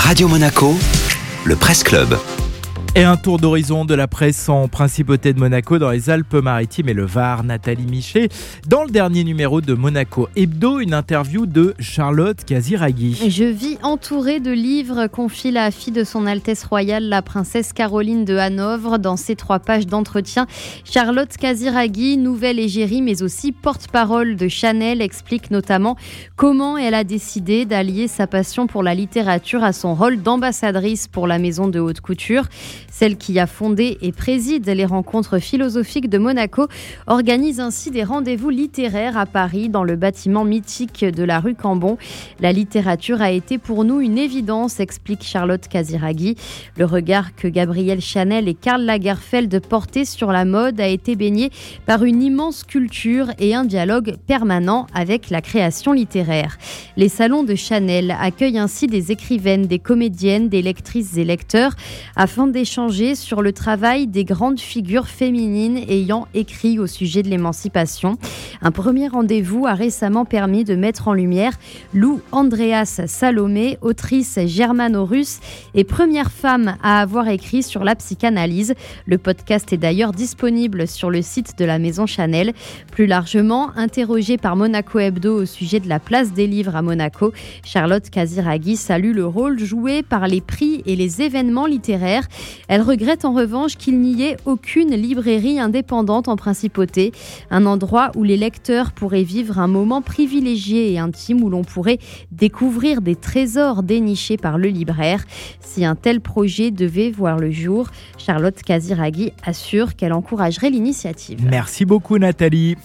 Radio Monaco, le Presse Club. Et un tour d'horizon de la presse en principauté de Monaco dans les Alpes-Maritimes et le Var, Nathalie Michet. Dans le dernier numéro de Monaco Hebdo, une interview de Charlotte Casiraghi. Je vis entourée de livres, confie la fille de son Altesse Royale, la princesse Caroline de Hanovre, dans ses 3 pages d'entretien. Charlotte Casiraghi, nouvelle égérie mais aussi porte-parole de Chanel, explique notamment comment elle a décidé d'allier sa passion pour la littérature à son rôle d'ambassadrice pour la maison de haute couture. Celle qui a fondé et préside les rencontres philosophiques de Monaco organise ainsi des rendez-vous littéraires à Paris dans le bâtiment mythique de la rue Cambon. La littérature a été pour nous une évidence, explique Charlotte Casiraghi. Le regard que Gabrielle Chanel et Karl Lagerfeld portaient sur la mode a été baigné par une immense culture et un dialogue permanent avec la création littéraire. Les salons de Chanel accueillent ainsi des écrivaines, des comédiennes, des lectrices et lecteurs afin d'échanger sur le travail des grandes figures féminines ayant écrit au sujet de l'émancipation. Un premier rendez-vous a récemment permis de mettre en lumière Lou Andreas Salomé, autrice germano-russe et première femme à avoir écrit sur la psychanalyse. Le podcast est d'ailleurs disponible sur le site de la maison Chanel. Plus largement, interrogée par Monaco Hebdo au sujet de la place des livres à Monaco, Charlotte Casiraghi salue le rôle joué par les prix et les événements littéraires. Elle regrette en revanche qu'il n'y ait aucune librairie indépendante en principauté, un endroit où les lecteurs pourraient vivre un moment privilégié et intime où l'on pourrait découvrir des trésors dénichés par le libraire. Si un tel projet devait voir le jour, Charlotte Casiraghi assure qu'elle encouragerait l'initiative. Merci beaucoup Nathalie.